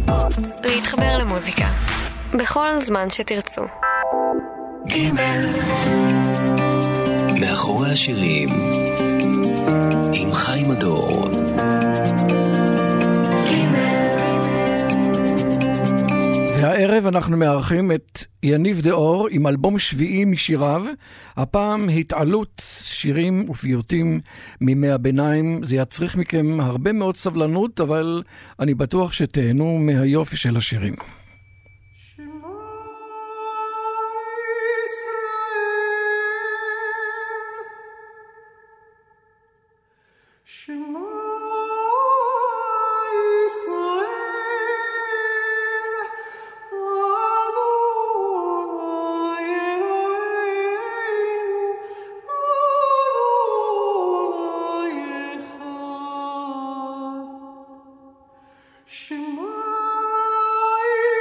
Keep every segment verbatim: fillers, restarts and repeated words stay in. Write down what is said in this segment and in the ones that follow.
להתחבר למוזיקה בכל זמן שתרצו. גימל מאחורי השירים עם חיים הדור. והערב אנחנו מארחים את יניב דאור עם אלבום שביעי משיריו, הפעם התעלות שירים ופיוטים מימי הביניים. זה יצריך מכם הרבה מאוד סבלנות, אבל אני בטוח שתהנו מהיופי של השירים. Shema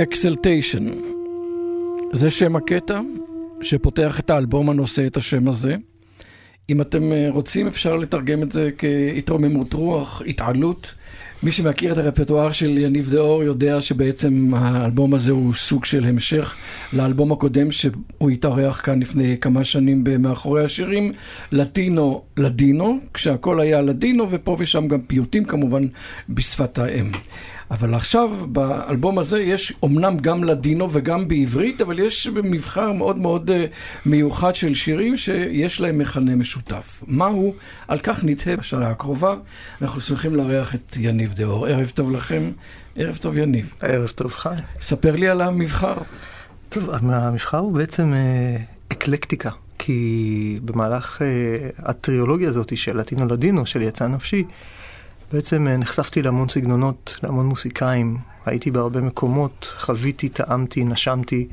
Exaltation. זה שם הקטע שפותח את האלבום הנושא את השם הזה. אם אתם רוצים אפשר לתרגם את זה כהתרוממות רוח, התעלות. מי שמכיר את הרפרטואר של יניב דאור יודע שבעצם האלבום הזה הוא סוג של המשך לאלבום הקודם שהוא התארח כאן לפני כמה שנים במאחורי השירים, לטינו לדינו, כשהכל היה לדינו ופה ושם גם פיוטים כמובן בשפת האם. אבל עכשיו באלבום הזה יש אומנם גם לדינו וגם בעברית, אבל יש מבחר מאוד מאוד מיוחד של שירים שיש להם מכנה משותף. מהו? על כך נתהה בשנה הקרובה. אנחנו שמחים לארח את יניב דאור. ערב טוב לכם. ערב טוב יניב. ערב טוב חי. ספר לי על המבחר. טוב, המבחר הוא בעצם אה, אקלקטיקה, כי במהלך אה, הטריולוגיה הזאת של לטינו לדינו, של יצא נפשי, בעצם נחשפתי להמון סגנונות, להמון מוסיקאים, הייתי בהרבה מקומות, חוויתי, טעמתי, נשמתי,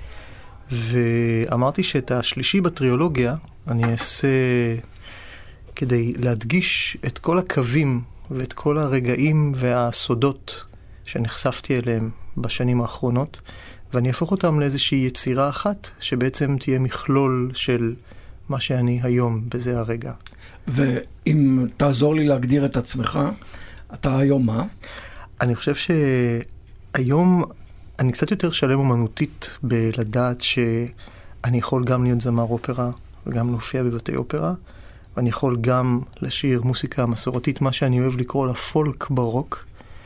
ואמרתי שאת השלישי בטריולוגיה אני אעשה כדי להדגיש את כל הקווים ואת כל הרגעים והסודות שנחשפתי אליהם בשנים האחרונות, ואני אהפוך אותם לאיזושהי יצירה אחת שבעצם תהיה מכלול של מה שאני היום בזה הרגע. ואם תעזור לי להגדיר את עצמך, אתה היום מה? אני חושב שהיום אני קצת יותר שלם אומנותית בלדעת שאני יכול גם להיות זמר אופרה וגם להופיע בבתי אופרה, ואני יכול גם לשיר מוסיקה מסורתית, מה שאני אוהב לקרוא לה פולק ברוק,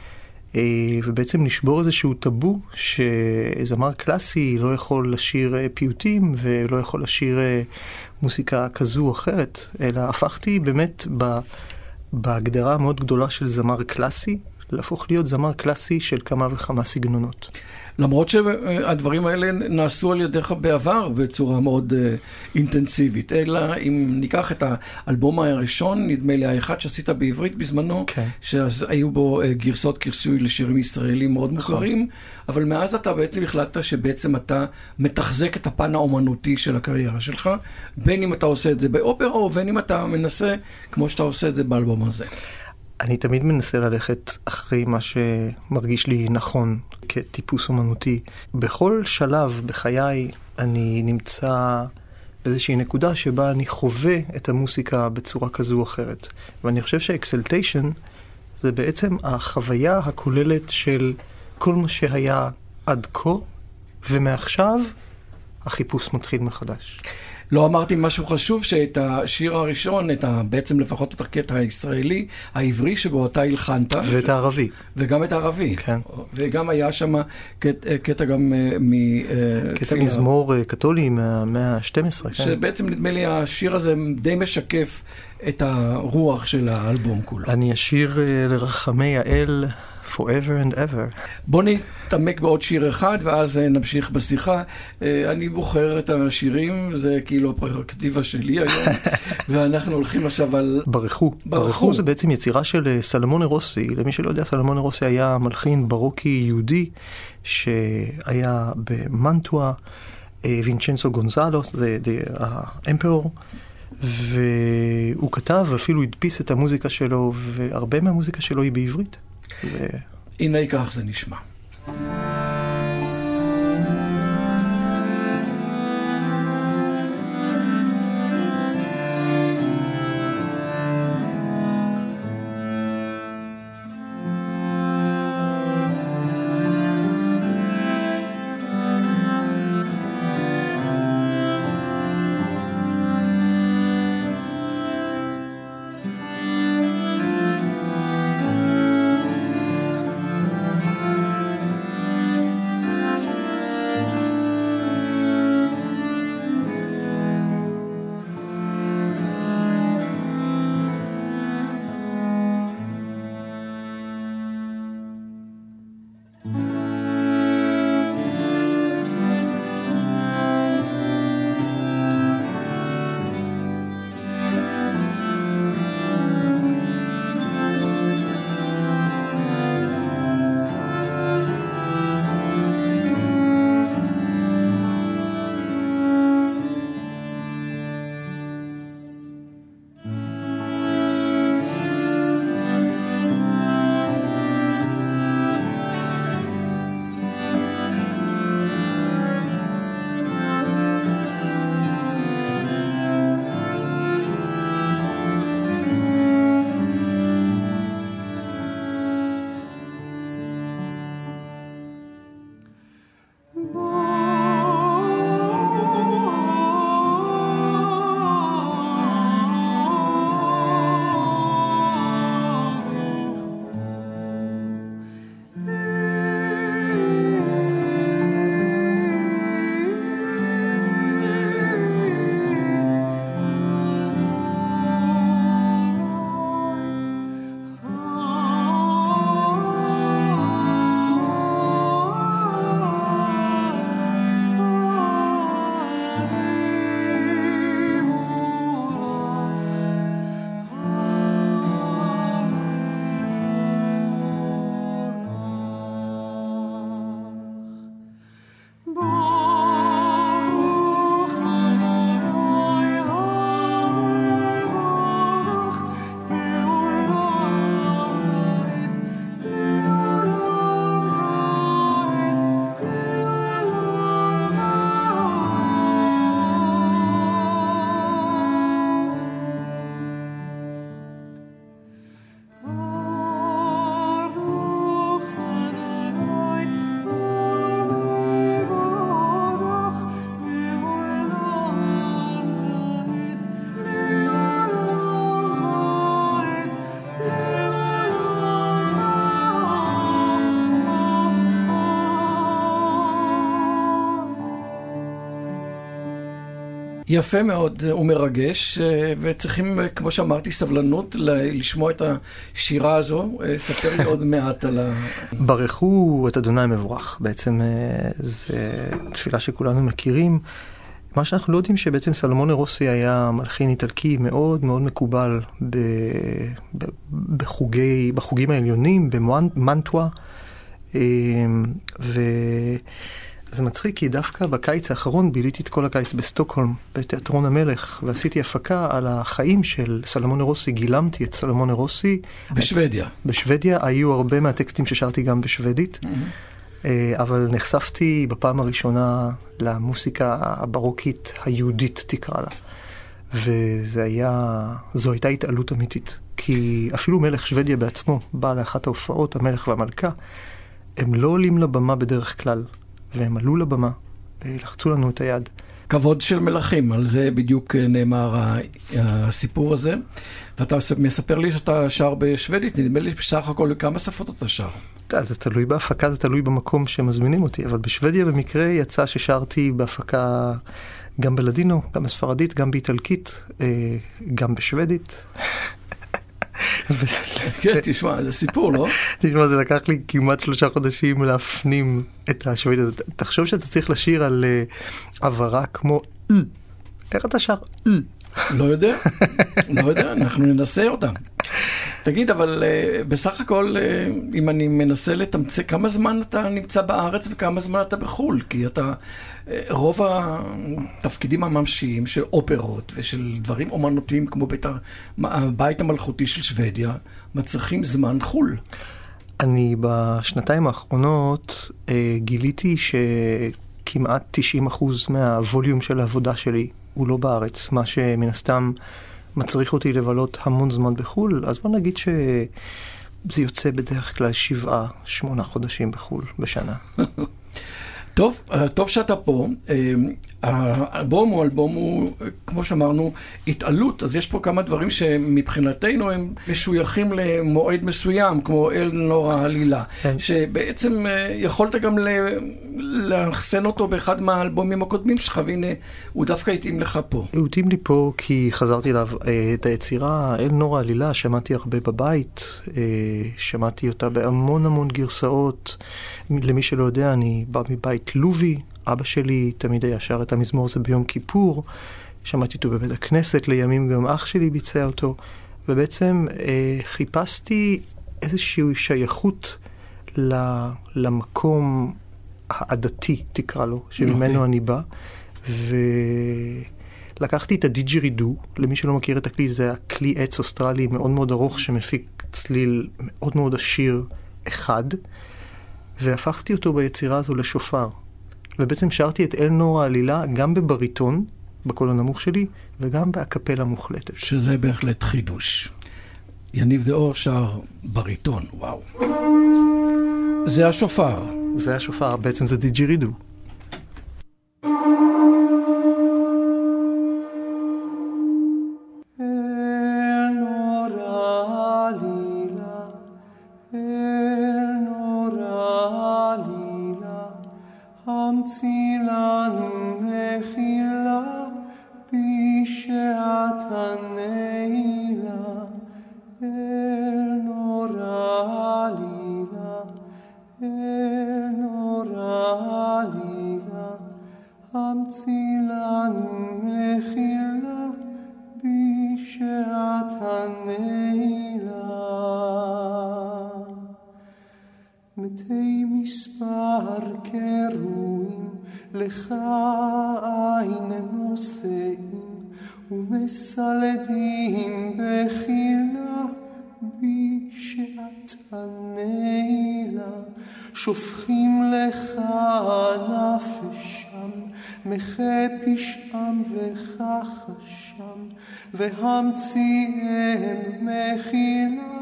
ובעצם לשבור איזשהו טאבו שזמר קלאסי לא יכול לשיר פיוטים ולא יכול לשיר מוסיקה כזו או אחרת, אלא הפכתי באמת בהגדרה המאוד גדולה של זמר קלאסי, להפוך להיות זמר קלאסי של כמה וכמה סגנונות. למרות שהדברים האלה נעשו על ידיך בעבר בצורה מאוד uh, אינטנסיבית, אלא אם ניקח את האלבום הראשון, נדמה לי האחד שעשית בעברית בזמנו, okay. שהיו בו uh, גרסות כרסוי לשירים ישראלים מאוד מוכרים, אבל מאז אתה בעצם החלטת שבעצם אתה מתחזק את הפן האומנותי של הקריירה שלך, בין אם אתה עושה את זה באופרה או בין אם אתה מנסה כמו שאתה עושה את זה באלבום הזה. אני תמיד מנסה ללכת אחרי מה שמרגיש לי נכון כטיפוס אומנותי. בכל שלב בחיי אני נמצא באיזושהי נקודה שבה אני חווה את המוסיקה בצורה כזו או אחרת. ואני חושב שאקסלטיישן זה בעצם החוויה הכוללת של כל מה שהיה עד כה, ומעכשיו החיפוש מתחיל מחדש. לא אמרתי משהו חשוב, שאת השיר הראשון, את ה, בעצם לפחות את הקטע הישראלי, העברי שבו אתה הלחנת. ואת הערבי. וגם את הערבי. כן. וגם היה שם קטע, קטע גם מ... קטע מזמור קתולי מהמאה ה-שתים עשרה. כן. שבעצם נדמה לי השיר הזה די משקף את הרוח של האלבום כולו. אני אשיר לרחמי האל forever and ever. בוא נתעמק בעוד שיר אחד ואז נמשיך בשיחה. אני בוחר את השירים, זה כאילו הפרקטיבה שלי היום, ואנחנו הולכים עכשיו על... ברחו. ברחו זה בעצם יצירה של סלומון רוסי. למי שלא יודע, סלומון רוסי היה מלחין ברוקי יהודי שהיה במנטואה, וינצ'נסו גונזלוס, האמפרור, והוא כתב ואפילו הדפיס את המוזיקה שלו, והרבה מהמוזיקה שלו היא בעברית. ו... הנה כך זה נשמע. יפה מאוד ומרגש, וצריכים, כמו שאמרתי, סבלנות לשמוע את השירה הזו. ספר לי עוד מעט על ה... ברכו את אדוני מבורך. בעצם זו תפילה שכולנו מכירים. מה שאנחנו לא יודעים שבעצם סלומון רוסי היה מלחין איטלקי מאוד מאוד מקובל ב... ב... בחוגי... בחוגים העליונים, במנטואה. ו... זה מצחיק כי דווקא בקיץ האחרון ביליתי את כל הקיץ בסטוקהולם, בתיאטרון המלך, ועשיתי הפקה על החיים של סלומון רוסי, גילמתי את סלומון רוסי. בשוודיה. בשוודיה, היו הרבה מהטקסטים ששרתי גם בשוודית, mm-hmm. אבל נחשפתי בפעם הראשונה למוסיקה הברוקית היהודית תקרא לה. וזה היה, זו הייתה התעלות אמיתית, כי אפילו מלך שוודיה בעצמו בא לאחת ההופעות, המלך והמלכה, הם לא עולים לבמה בדרך כלל. והם עלו לבמה, לחצו לנו את היד. כבוד של מלכים, על זה בדיוק נאמר הסיפור הזה. ואתה מספר לי שאתה שר בשוודית, נדמה לי בסך הכל כמה שפות אתה שר. זה תלוי בהפקה, זה תלוי במקום שמזמינים אותי, אבל בשוודיה במקרה יצא ששרתי בהפקה גם בלדינו, גם בספרדית, גם באיטלקית, גם בשוודית. כן, תשמע, זה סיפור, לא? תשמע, זה לקח לי כמעט שלושה חודשים להפנים את השוודית הזאת. תחשוב שאתה צריך לשיר על עברה כמו אל. איך אתה שר אל? לא יודע, לא יודע, אנחנו ננסה אותם. תגיד, אבל בסך הכל, אם אני מנסה לתמצא, כמה זמן אתה נמצא בארץ וכמה זמן אתה בחול? כי אתה, רוב התפקידים הממשיים של אופרות ושל דברים אומנותיים כמו בית, הבית המלכותי של שוודיה, מצריכים זמן חול. אני בשנתיים האחרונות גיליתי שכמעט תשעים אחוז מהווליום של העבודה שלי הוא לא בארץ, מה שמן הסתם מצריך אותי לבלות המון זמן בחול, אז בוא נגיד שזה יוצא בדרך כלל שבעה, שמונה חודשים בחול בשנה. טוב, טוב שאתה פה. האלבום הוא אלבום הוא, כמו שאמרנו, התעלות, אז יש פה כמה דברים שמבחינתנו הם משויכים למועד מסוים, כמו אל נור העלילה, כן. שבעצם יכולת גם להחסן אותו באחד מהאלבומים הקודמים שלך, והנה הוא דווקא התאים לך פה. הוא התאים לי פה כי חזרתי לה, את היצירה אל נור העלילה, שמעתי הרבה בבית, שמעתי אותה בהמון המון גרסאות. למי שלא יודע, אני בא מבית לובי, אבא שלי תמיד היה שר את המזמור הזה ביום כיפור, שמעתי אותו בבית הכנסת, לימים גם אח שלי ביצע אותו, ובעצם אה, חיפשתי איזושהי שייכות למקום העדתי, תקרא לו, שממנו okay. אני בא, ולקחתי את הדיג'ירידו, למי שלא מכיר את הכלי, זה הכלי עץ אוסטרלי מאוד מאוד ארוך, שמפיק צליל מאוד מאוד עשיר אחד, והפכתי אותו ביצירה הזו לשופר. ובעצם שרתי את אל נור העלילה גם בבריטון, בקול הנמוך שלי, וגם באקפלה מוחלטת. שזה בהחלט חידוש. יניב דאור שר בריטון, וואו. זה השופר. זה השופר, בעצם זה דיג'ירידו. שופכים לך נפשם, מחה פשעם וכחשם, והמציאם מחילה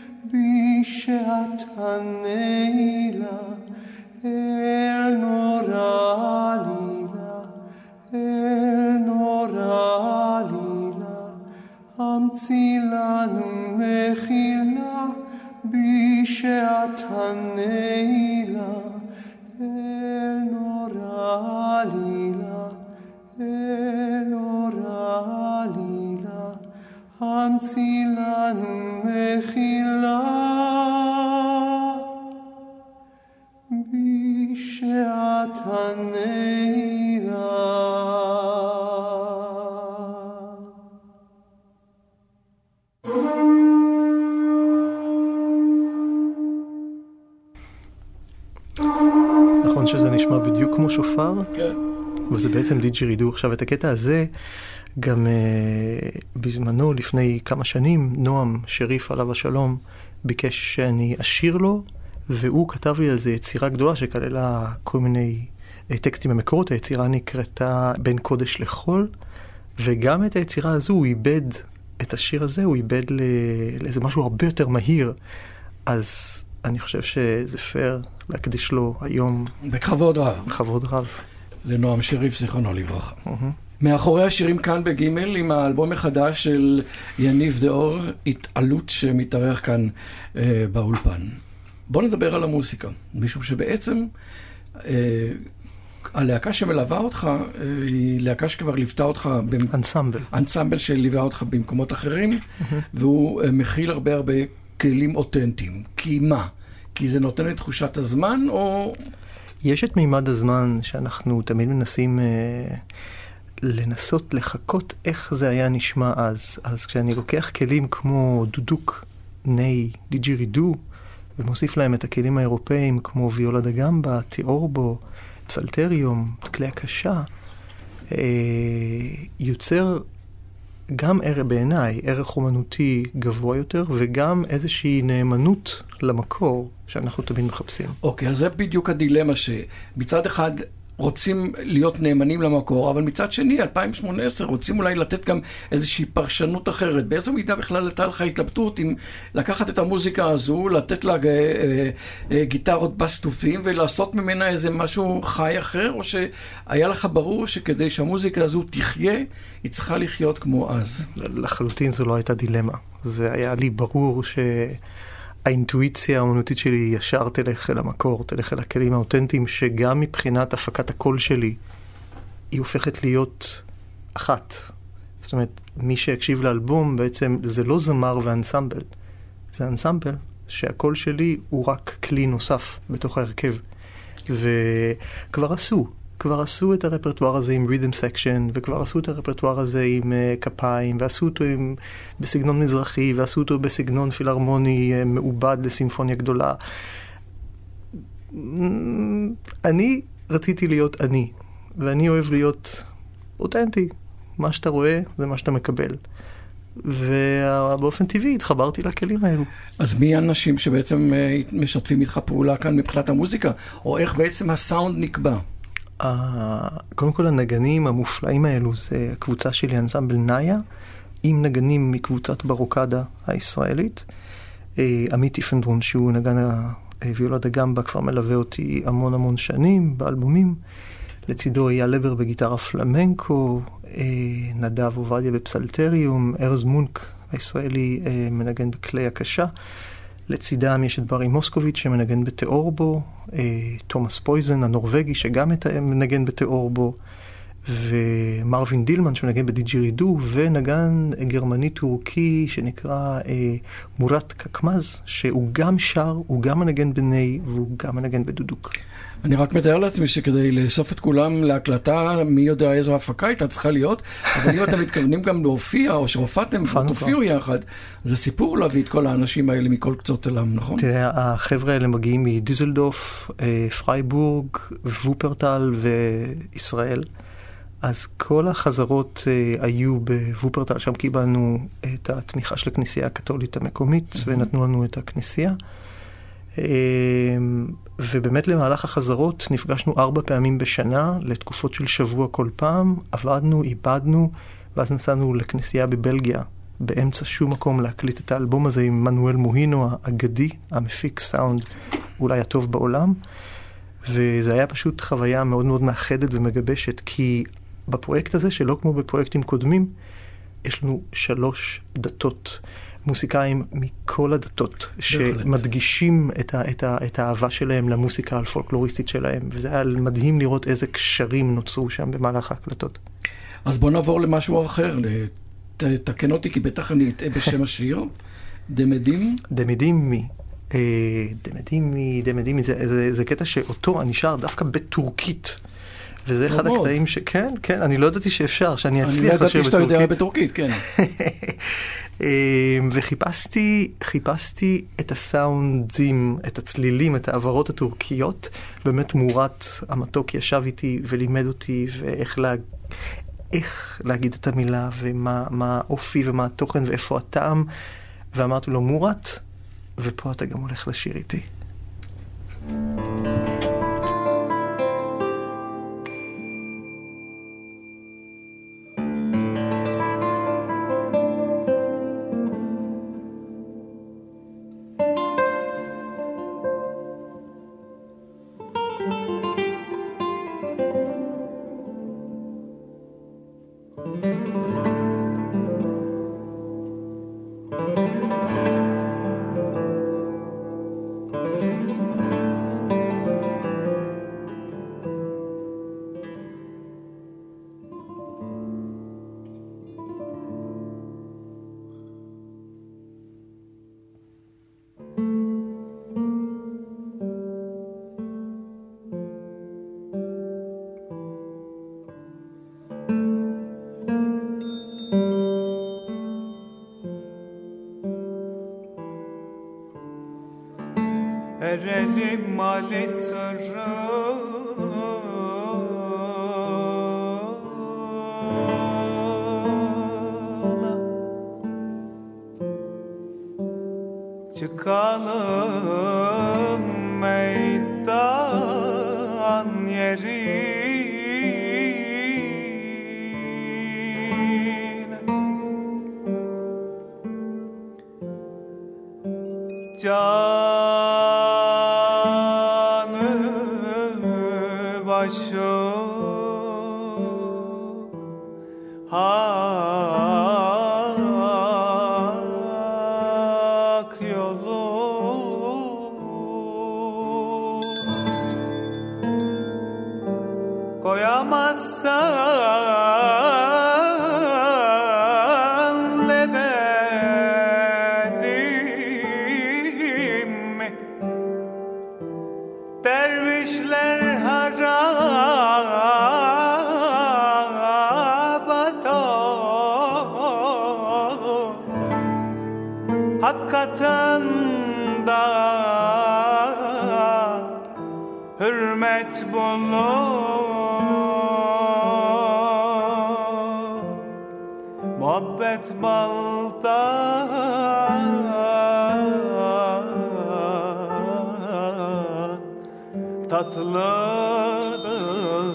בשעת הנעילה. אל נור העלילה, אל נור העלילה, המציא לנו מחילה בשעת הנעילה. אל נור העלילה, אל נור צילנו מחילה בשעת הנעילה. נכון שזה נשמע בדיוק כמו שופר? כן. וזה בעצם דיג'ירידו. עכשיו, את הקטע הזה, גם uh, בזמנו, לפני כמה שנים, נועם שריף עליו השלום, ביקש שאני אשיר לו, והוא כתב לי על זה יצירה גדולה שכללה כל מיני uh, טקסטים במקורות. היצירה נקראתה בין קודש לחול, וגם את היצירה הזו הוא איבד, את השיר הזה הוא איבד ל... לאיזה משהו הרבה יותר מהיר. אז אני חושב שזה פייר להקדיש לו היום. בכבוד רב. בכבוד רב. לנועם שריף, זיכרונו לברכה. Uh-huh. מאחורי השירים כאן בגימל, עם האלבום החדש של יניב דאור, התעלות שמתארח כאן אה, באולפן. בוא נדבר על המוסיקה. משום שבעצם אה, הלהקה שמלווה אותך, אה, היא להקה שכבר ליוותה אותך... אנסמבל. אנסמבל שליווה אותך במקומות אחרים, mm-hmm. והוא אה, מכיל הרבה הרבה כלים אותנטיים. כי מה? כי זה נותן את תחושת הזמן, או... יש את מימד הזמן שאנחנו תמיד מנסים אה, לנסות לחכות איך זה היה נשמע אז. אז כשאני לוקח כלים כמו דודוק, ני, דיג'ירידו, ומוסיף להם את הכלים האירופאים כמו ויולה דה גמבה, תיאורבו, פסלטריום, כלי הקשה, אה, יוצר גם ערך, בעיניי, ערך אומנותי גבוה יותר, וגם איזושהי נאמנות למקור שאנחנו תמיד מחפשים. אוקיי, אז זה בדיוק הדילמה שמצד אחד רוצים להיות נאמנים למקור, אבל מצד שני, אלפיים שמונה עשרה, רוצים אולי לתת גם איזושהי פרשנות אחרת. באיזו מידה בכלל הייתה לך התלבטות אם לקחת את המוזיקה הזו, לתת לה גיטרות בסטופים ולעשות ממנה איזה משהו חי אחר, או שהיה לך ברור שכדי שהמוזיקה הזו תחיה, היא צריכה לחיות כמו אז? לחלוטין זו לא הייתה דילמה. זה היה לי ברור ש... האינטואיציה האמנותית שלי ישר תלך אל המקור, תלך אל הכלים האותנטיים, שגם מבחינת הפקת הקול שלי, היא הופכת להיות אחת. זאת אומרת, מי שיקשיב לאלבום בעצם, זה לא זמר ואנסמבל. זה אנסמבל שהקול שלי הוא רק כלי נוסף בתוך ההרכב. וכבר עשו, כבר עשו את הרפרטואר הזה עם ריתם סקשן, וכבר עשו את הרפרטואר הזה עם uh, כפיים, ועשו אותו עם, בסגנון מזרחי, ועשו אותו בסגנון פילהרמוני uh, מעובד לסימפוניה גדולה. אני רציתי להיות אני, ואני אוהב להיות אותנטי. מה שאתה רואה זה מה שאתה מקבל. ובאופן טבעי התחברתי לכלים האלו. אז מי האנשים שבעצם uh, משתפים איתך פעולה כאן מבחינת המוזיקה? או איך בעצם הסאונד נקבע? קודם כל הנגנים המופלאים האלו זה הקבוצה שלי, אנסמבל נאיה, עם נגנים מקבוצת ברוקדה הישראלית. עמית איפנדרון, שהוא נגן הוויולה דה גמבה, כבר מלווה אותי המון המון שנים באלבומים. לצידו אייל לבר בגיטרה פלמנקו, נדב עובדיה בפסלטריום, ארז מונק הישראלי מנגן בכלי הקשה. לצידם יש את ברי מוסקוביץ' שמנגן בתיאורבו, תומאס פויזן הנורווגי שגם מנגן בתיאורבו, ומרווין דילמן שמנגן בדיג'ירידו, ונגן גרמני טורקי שנקרא מורת קקמז, שהוא גם שר, הוא גם מנגן בני, והוא גם מנגן בדודוק. אני רק מתאר לעצמי שכדי לאסוף את כולם להקלטה, מי יודע איזו הפקה הייתה צריכה להיות, אבל אם אתם מתכוונים גם להופיע, או שהופעתם ותופיעו יחד, זה סיפור להביא את כל האנשים האלה מכל קצות עולם, נכון? תראה, החבר'ה האלה מגיעים מדיזלדורף, פרייבורג, וופרטל וישראל. אז כל החזרות היו בוופרטל, שם קיבלנו את התמיכה של הכנסייה הקתולית המקומית, ונתנו לנו את הכנסייה. ובאמת למהלך החזרות נפגשנו ארבע פעמים בשנה, לתקופות של שבוע כל פעם, עבדנו, איבדנו, ואז נסענו לכנסייה בבלגיה, באמצע שום מקום להקליט את האלבום הזה עם מנואל מוהינו האגדי, המפיק סאונד אולי הטוב בעולם, וזה היה פשוט חוויה מאוד מאוד מאחדת ומגבשת, כי בפרויקט הזה, שלא כמו בפרויקטים קודמים, יש לנו שלוש דתות, מוסיקאים מכל הדתות, שמדגישים את, ה, את, ה, את האהבה שלהם למוסיקה הפולקלוריסטית שלהם, וזה היה מדהים לראות איזה קשרים נוצרו שם במהלך ההקלטות. אז בוא נעבור למשהו אחר, תקן אותי, כי בטח אני אטעה בשם השיר. דמדים? דמדימי. דמדימי, דמדימי, זה, זה, זה קטע שאותו אני שר דווקא בטורקית. וזה אחד הקטעים ש... כן, כן, אני לא ידעתי שאפשר, שאני אצליח לשיר בטורקית. אני לא ידעתי שאתה יודע בטורקית, כן. וחיפשתי, חיפשתי את הסאונדים, את הצלילים, את העברות הטורקיות. באמת מורת המתוק ישב איתי ולימד אותי ואיך לה... איך להגיד את המילה ומה מה האופי ומה התוכן ואיפה הטעם. ואמרתי לו, מורת, ופה אתה גם הולך לשיר איתי. Erelim mali sırrına çıkalım meydan yerine can başı hak yolu koyamazsan lebedim mi? Dervişler harabata hakikaten da hürmet bulur muhabbet baldan tatlıdır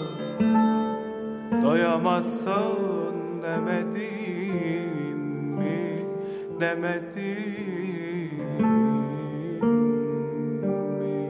doyamazsın demedim mi demedim mi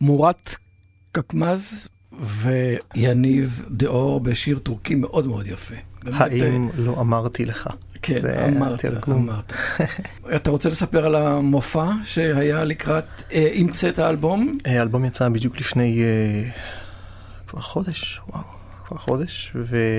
מורת קקמז ויניב דאור בשיר טורקי מאוד מאוד יפה. האם לא אמרתי לך? כן, אמרת, אמרת. אתה רוצה לספר על המופע שהיה לקראת, המצאת האלבום? האלבום יצא בדיוק לפני כבר חודש, וואו, כבר חודש,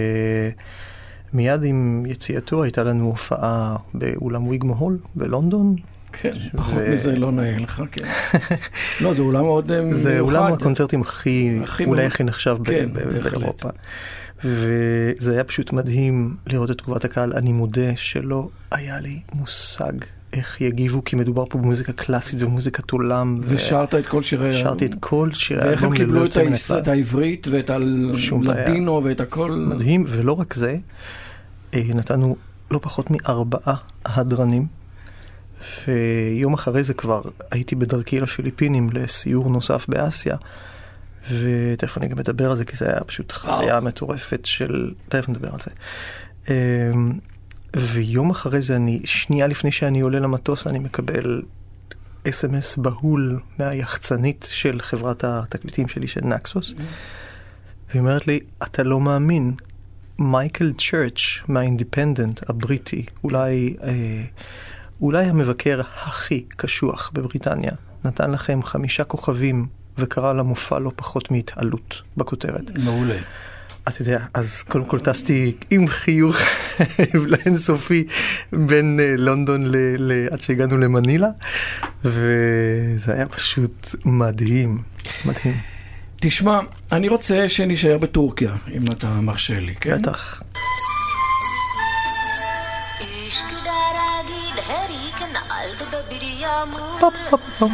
ומיד עם יציאתו הייתה לנו הופעה באולם ויגמו הול בלונדון. כן, פחות מזה לא נהיה לך, כן. לא, זה אולם מאוד מיוחד. זה אולם הקונצרטים הכי, אולי הכי נחשב באירופה. וזה היה פשוט מדהים לראות את תגובת הקהל. אני מודה שלא היה לי מושג איך יגיבו, כי מדובר פה במוזיקה קלאסית ומוזיקת עולם. ושרת את כל שירי... שרתי את כל שירי ואיך הם קיבלו את העברית ואת הלדינו ואת הכל... מדהים, ולא רק זה, נתנו לא פחות מארבעה הדרנים, ויום אחרי זה כבר הייתי בדרכי לפיליפינים לסיור נוסף באסיה, ותכף אני גם מדבר על זה, כי זה היה פשוט חוויה מטורפת של... תכף נדבר על זה. ויום אחרי זה, אני, שנייה לפני שאני עולה למטוס, אני מקבל אס אם אס בהול מהיחצנית של חברת התקליטים שלי, של נקסוס, והיא אומרת לי, אתה לא מאמין, מייקל צ'רץ' מהאינדיפנדנט הבריטי, אולי, אה, אולי המבקר הכי קשוח בבריטניה, נתן לכם חמישה כוכבים, וקרא למופע לא פחות מהתעלות בכותרת. מעולה. אתה יודע, אז קודם כל טסתי עם חיוך לאינסופי בין לונדון עד שהגענו למנילה, וזה היה פשוט מדהים, מדהים. תשמע, אני רוצה שנשאר בטורקיה, אם אתה מרשה לי, כן? בטח. פופ פופ פופ.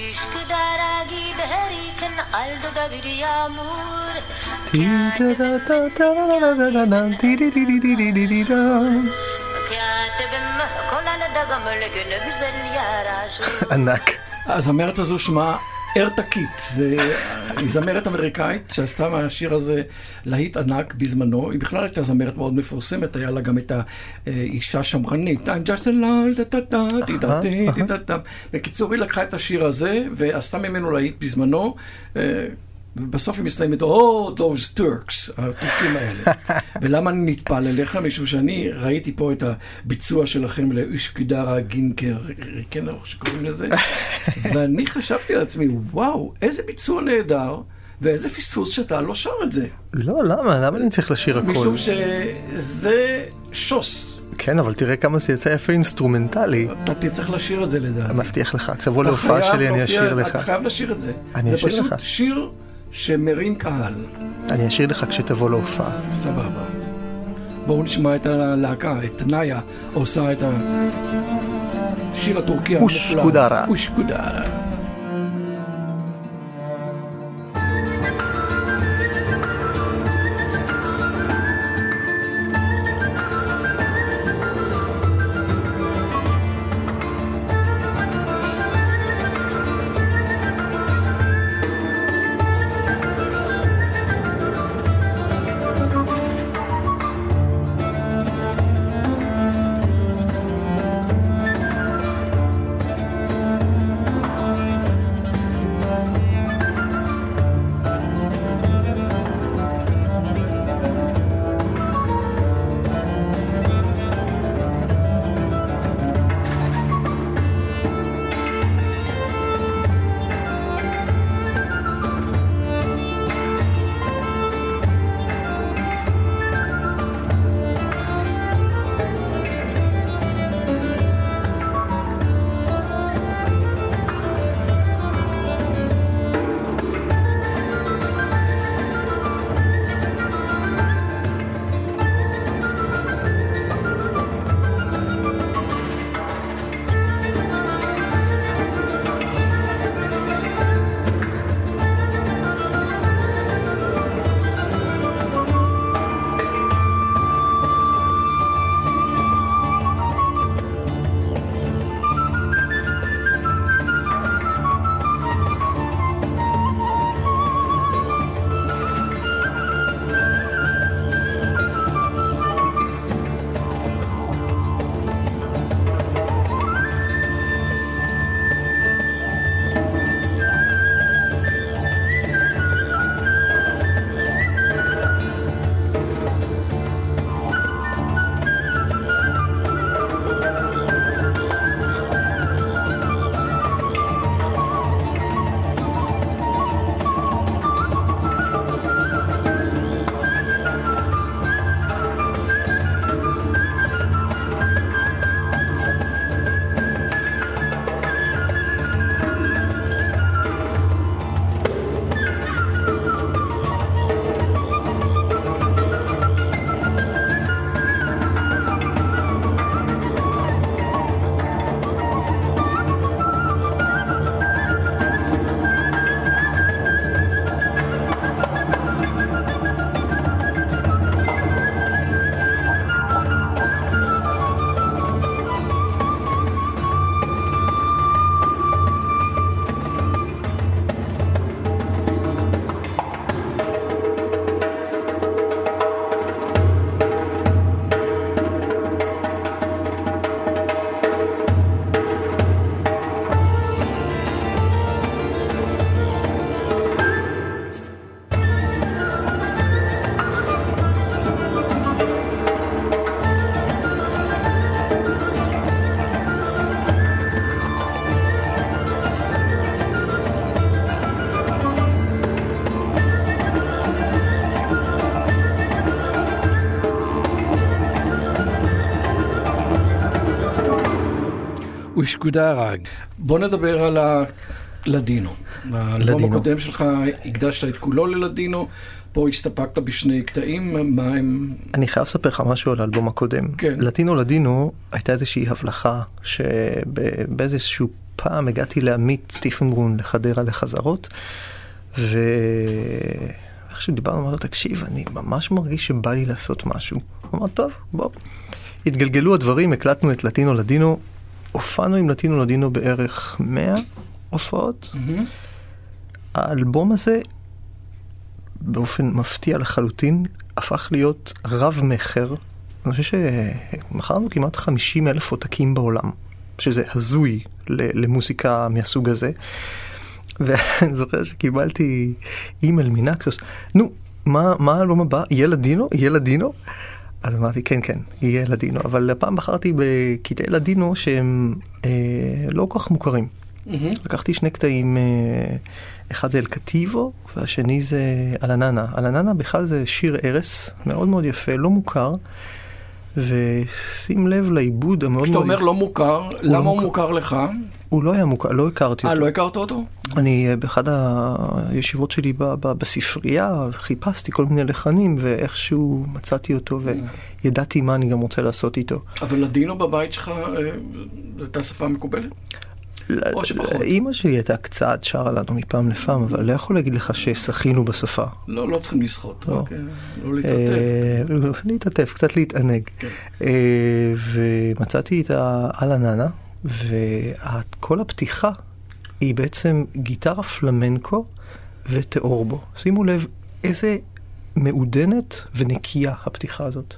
ענק. הזמרת הזו שמה ארטקית, והיא זמרת אמריקאית שעשתה מהשיר הזה להיט ענק בזמנו. היא בכלל הייתה זמרת מאוד מפורסמת, היה לה גם את האישה שמרנית, I'm just a lol, בקיצור היא לקחה את השיר הזה ועשתה ממנו להיט בזמנו, ובסוף היא מסתיימת, oh, those Turks, הטורקים האלה. ולמה אני נטפל אליך? משום שאני ראיתי פה את הביצוע שלכם לאושקידרה גינקר, כן, שקוראים לזה, ואני חשבתי לעצמי, וואו, איזה ביצוע נהדר, ואיזה פספוס שאתה לא שר את זה. לא, למה? למה אני צריך לשיר הכל? משום שזה שוס. כן, אבל תראה כמה זה יצא יפה אינסטרומנטלי. אתה תצטרך לשיר את זה לדעתי. מבטיח לך, תבוא להופעה שלי, אני אשיר לך. אתה חייב לשיר את זה. אני אשיר לך. זה פשוט שיר שמרים קהל. אני אשיר לך כשתבוא להופעה. סבבה. בואו נשמע את הלהקה, את נאיה, עושה את השיר הטורקי המופלא. אושקודרה. אושקודרה. ושקודרג. בוא נדבר על הלדינו. האלבום הקודם שלך הקדשת את כולו ללדינו, פה הסתפקת בשני קטעים, מה הם... אני חייב לספר לך משהו על האלבום הקודם. כן. לדינו לדינו הייתה איזושהי הבלחה, שבאיזשהו פעם הגעתי לעמית סטיפנברון לחדרה לחזרות, ואיך שדיברנו, אמרנו, תקשיב, אני ממש מרגיש שבא לי לעשות משהו. הוא אמר, טוב, בוא. התגלגלו הדברים, הקלטנו את לדינו לדינו, הופענו עם לדינו לדינו בערך מאה הופעות. Mm-hmm. האלבום הזה, באופן מפתיע לחלוטין, הפך להיות רב מחר. אני חושב שמכרנו כמעט חמישים אלף עותקים בעולם, שזה הזוי למוזיקה מהסוג הזה. ואני זוכר שקיבלתי אימייל מנקסוס, נו, מה, מה האלבום הבא? יהיה לדינו? יהיה לדינו? אז אמרתי, כן, כן, יהיה לדינו. אבל הפעם בחרתי בקטעי לדינו שהם אה, לא כל כך מוכרים. Mm-hmm. לקחתי שני קטעים, אה, אחד זה אל קטיבו, והשני זה אלננה. אלננה בכלל זה שיר ערס, מאוד מאוד יפה, לא מוכר, ושים לב לעיבוד המאוד מאוד... כשאתה אומר לא מוכר, למה הוא מוכר לך? הוא לא היה מוכר, לא הכרתי אותו. אה, לא הכרת אותו? אני באחד הישיבות שלי בספרייה חיפשתי כל מיני לחנים, ואיכשהו מצאתי אותו וידעתי מה אני גם רוצה לעשות איתו. אבל לדינו בבית שלך, הייתה שפה מקובלת? או שפחות? אמא שלי הייתה קצת שרה לנו מפעם לפעם, אבל לא יכול להגיד לך ששחינו בשפה. לא, לא צריכים לשחות, רק לא להתעטף. להתעטף, קצת להתענג. ומצאתי את האלננה, וכל הפתיחה היא בעצם גיטרה פלמנקו ותיאור בו. שימו לב איזה מעודנת ונקייה הפתיחה הזאת.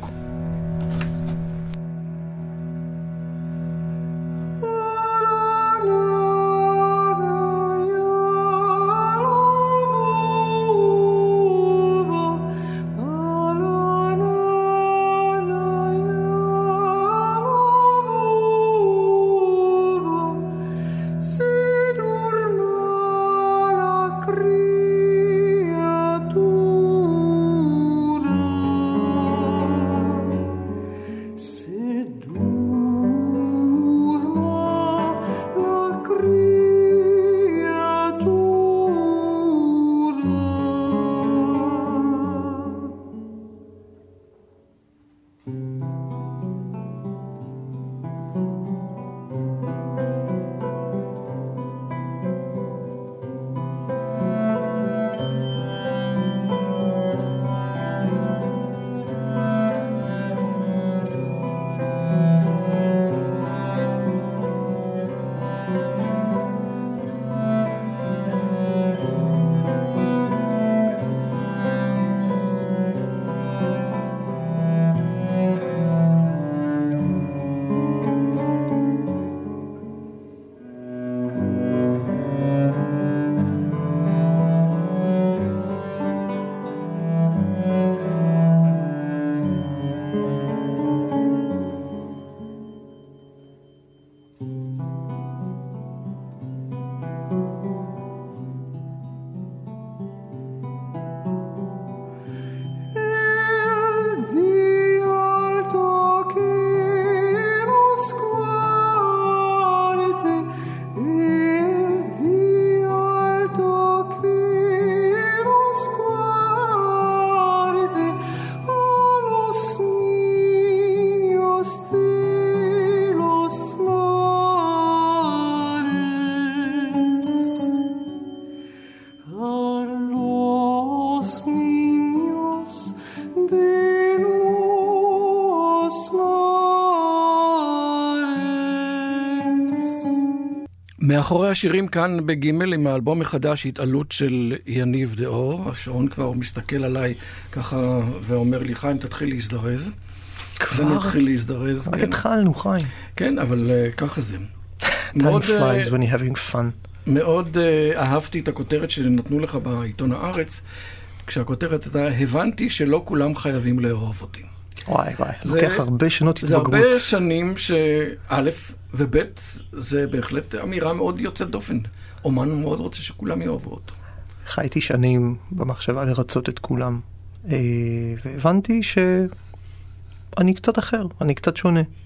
מאחורי השירים כאן בגימל עם האלבום מחדש, התעלות של יניב דאור. השעון כבר מסתכל עליי ככה ואומר לי, חיים, תתחיל להזדרז. כבר? אני אתחיל להזדרז. רק התחלנו, חיים. כן, אבל uh, ככה זה. Time flies when you're having fun. מאוד uh, אהבתי את הכותרת שנתנו לך בעיתון הארץ, כשהכותרת הייתה, הבנתי שלא כולם חייבים לאהוב אותי. וואי וואי, לוקח הרבה שנות התבגרות. זה הרבה שנים שא' וב' זה בהחלט אמירה מאוד יוצאת דופן. אומן מאוד רוצה שכולם יאהבו אותו. חייתי שנים במחשבה לרצות את כולם, והבנתי שאני קצת אחר, אני קצת שונה.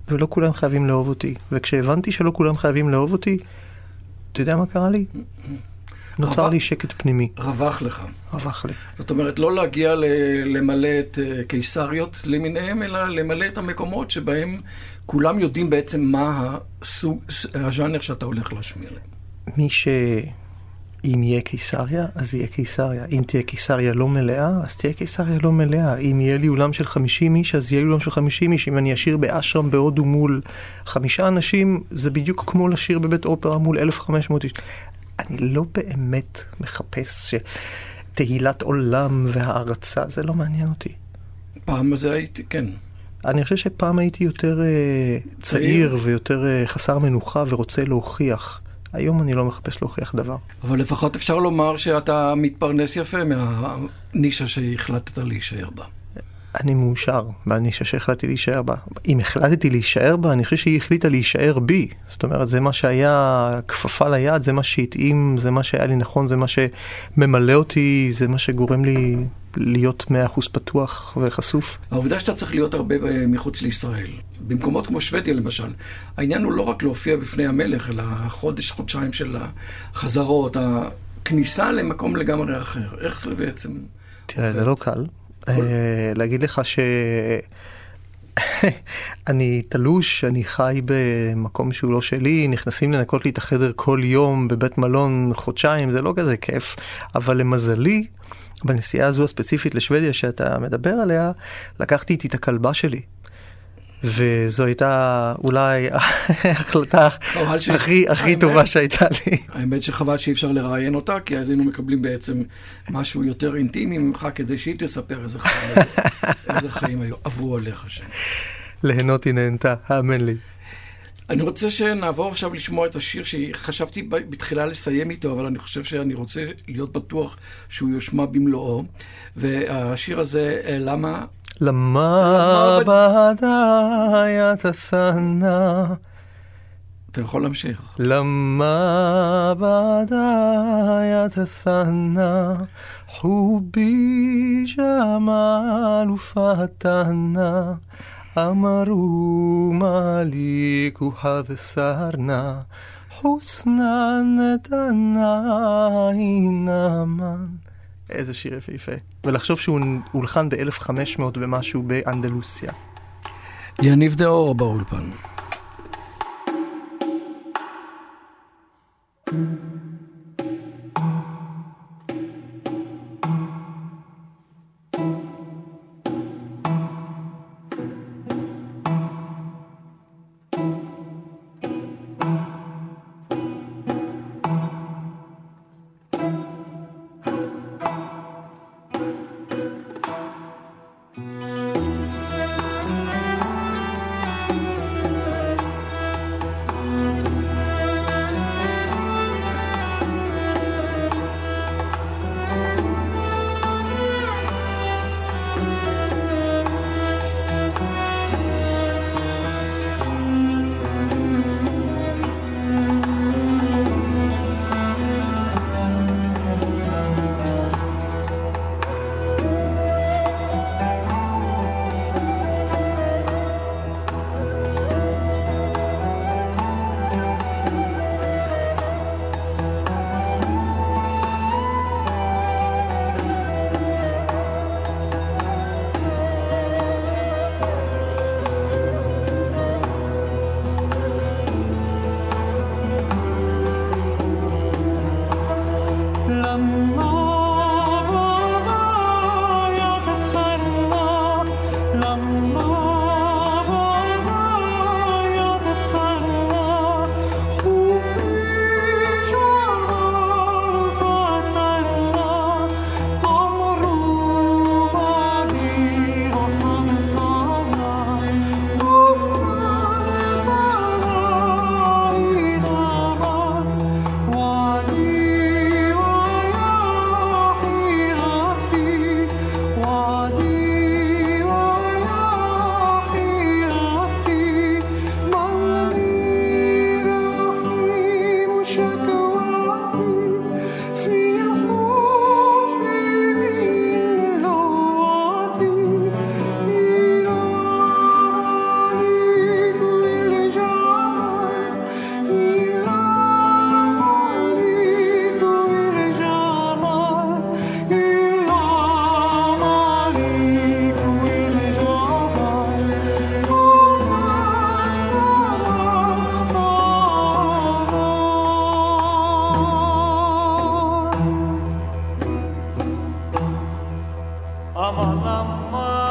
ולא כולם חייבים לאהוב אותי. וכשהבנתי שלא כולם חייבים לאהוב אותי, אתה יודע מה קרה לי? נוצר לי שקט פנימי. רווח לך. רווח לי. זאת אומרת, לא להגיע למלא את קיסריות למיניהם, אלא למלא את המקומות שבהם כולם יודעים בעצם מה הסוג, הז'אנר שאתה הולך להשמיע להם. מי ש... אם יהיה קיסריה, אז יהיה קיסריה. אם תהיה קיסריה לא מלאה, אז תהיה קיסריה לא מלאה. אם יהיה לי אולם של חמישים איש, אז יהיה לי אולם של חמישים איש. אם אני אשיר באשרם בהודו מול חמישה אנשים, זה בדיוק כמו לשיר בבית אופרה מול אלף וחמש מאות איש. אני לא באמת מחפש שתהילת עולם והערצה, זה לא מעניין אותי. פעם הזה הייתי, כן. אני חושב שפעם הייתי יותר uh, צעיר ויותר uh, חסר מנוחה ורוצה להוכיח. היום אני לא מחפש להוכיח דבר. אבל לפחות אפשר לומר שאתה מתפרנס יפה מהנישה שהחלטת להישאר בה. אני מאושר מהנישה שהחלטתי להישאר בה. אם החלטתי להישאר בה, אני חושב שהיא החליטה להישאר בי. זאת אומרת, זה מה שהיה כפפה ליד, זה מה שהתאים, זה מה שהיה לי נכון, זה מה שממלא אותי, זה מה שגורם לי להיות מאה אחוז פתוח וחשוף. העובדה שאתה צריך להיות הרבה מחוץ לישראל. במקומות כמו שוודיה למשל, העניין הוא לא רק להופיע בפני המלך, אלא חודש, חודשיים של החזרות, הכניסה למקום לגמרי אחר. איך זה בעצם? תראה, זה לא קל. להגיד לך שאני תלוש, אני חי במקום שהוא לא שלי, נכנסים לנקות לי את החדר כל יום בבית מלון חודשיים, זה לא כזה כיף, אבל למזלי, בנסיעה הזו הספציפית לשוודיה שאתה מדבר עליה, לקחתי איתי את הכלבה שלי. וזו הייתה אולי ההחלטה הכי, הכי טובה שהייתה לי. האמת שחבל שאי אפשר לראיין אותה, כי אז היינו מקבלים בעצם משהו יותר אינטימי ממך, כדי שהיא תספר איזה חיים, איזה חיים היו, עברו עליך שם. ליהנות היא נהנתה, האמן לי. אני רוצה שנעבור עכשיו לשמוע את השיר שחשבתי בתחילה לסיים איתו, אבל אני חושב שאני רוצה להיות בטוח שהוא יושמע במלואו. והשיר הזה, למה... למה בדאי תת'נה. אתה יכול להמשיך. למה בדאי תת'נה חובי ג'מאל ופתנה אמרו מליקו חדסרנה חוסנה נתנה אינמן. איזה שיר יפהפה. ולחשוב שהוא הולחן ב-אלף וחמש מאות ומשהו באנדלוסיה. יניב דאור באולפן. aman aman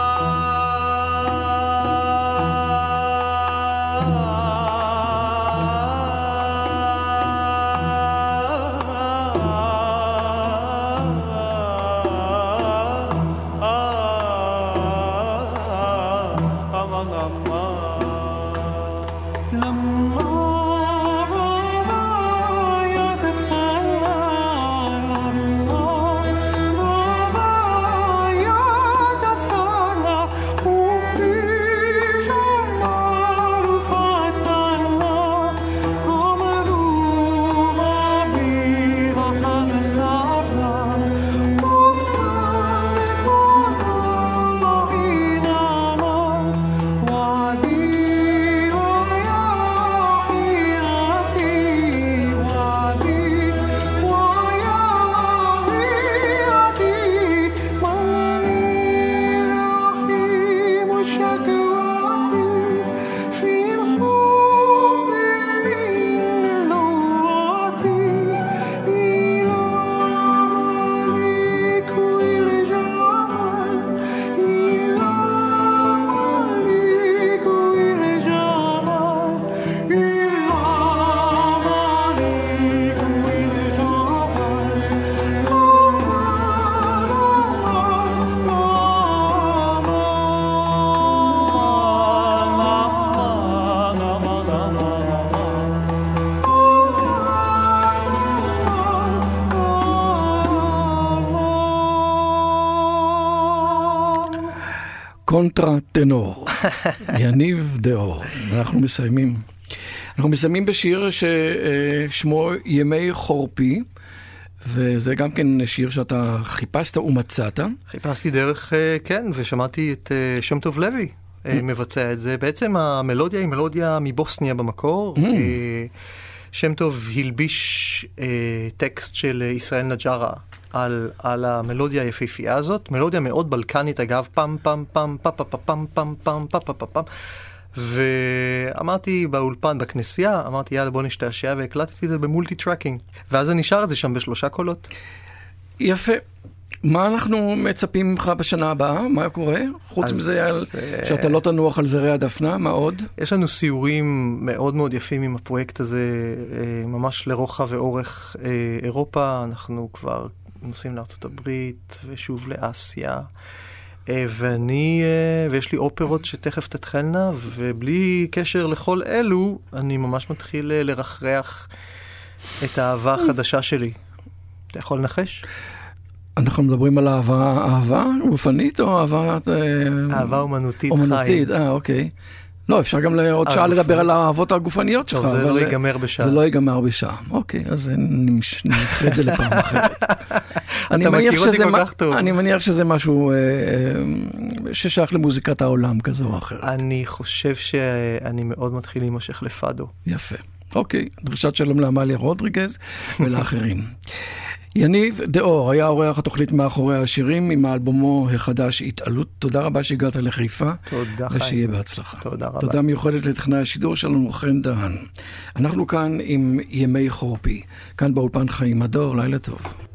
קונטרה טנור, יניב דאור. אנחנו מסיימים. אנחנו מסיימים בשיר ששמו ימי חורפי, וזה גם כן שיר שאתה חיפשת ומצאת. חיפשתי דרך, כן, ושמעתי את שם טוב לוי מבצע את זה. בעצם המלודיה היא מלודיה מבוסניה במקור. שם טוב הלביש טקסט של ישראל נג'רה על, על המלודיה היפהפייה הזאת, מלודיה מאוד בלקנית אגב, פם פם פם פם פם פם פם פם פם פם פם, ואמרתי באולפן בכנסייה, אמרתי יאללה בוא נשתעשע, והקלטתי את זה במולטי טרקינג, ואז אני שר את זה שם בשלושה קולות. יפה. מה אנחנו מצפים ממך בשנה הבאה? מה קורה? חוץ מזה על... שאתה לא תנוח על זרי הדפנה, מה עוד? יש לנו סיורים מאוד מאוד יפים עם הפרויקט הזה, ממש לרוחב ואורך אירופה. אנחנו כבר נוסעים לארצות הברית ושוב לאסיה. ואני, ויש לי אופרות שתכף תתחלנה, ובלי קשר לכל אלו, אני ממש מתחיל לרחרח את האהבה החדשה שלי. אתה יכול לנחש? אנחנו מדברים על אהבה, אהבה גופנית או אהבה... אהבה אומנותית, אומנותית, אה, אוקיי. לא, אפשר גם לעוד שעה לדבר על האהבות הגופניות שלך. זה לא ייגמר בשעה. זה לא ייגמר בשעה. אוקיי, אז נדחה את זה לפעם אחרת. אתה מכיר אותי כל כך טוב. אני מניח שזה משהו ששייך למוזיקת העולם כזו או אחרת. אני חושב שאני מאוד מתחיל להימשך לפאדו. יפה. אוקיי, דרישת שלום לעמליה רודריגז ולאחרים. יניב דאור היה אורח התוכנית מאחורי השירים עם האלבומו החדש התעלות. תודה רבה שהגעת לחיפה. תודה חיים. ושיהיה בהצלחה. תודה רבה. תודה מיוחדת לטכנאי השידור שלנו חן דהן. אנחנו כאן עם ימי חורפי. כאן באולפן חיים הדור. לילה טוב.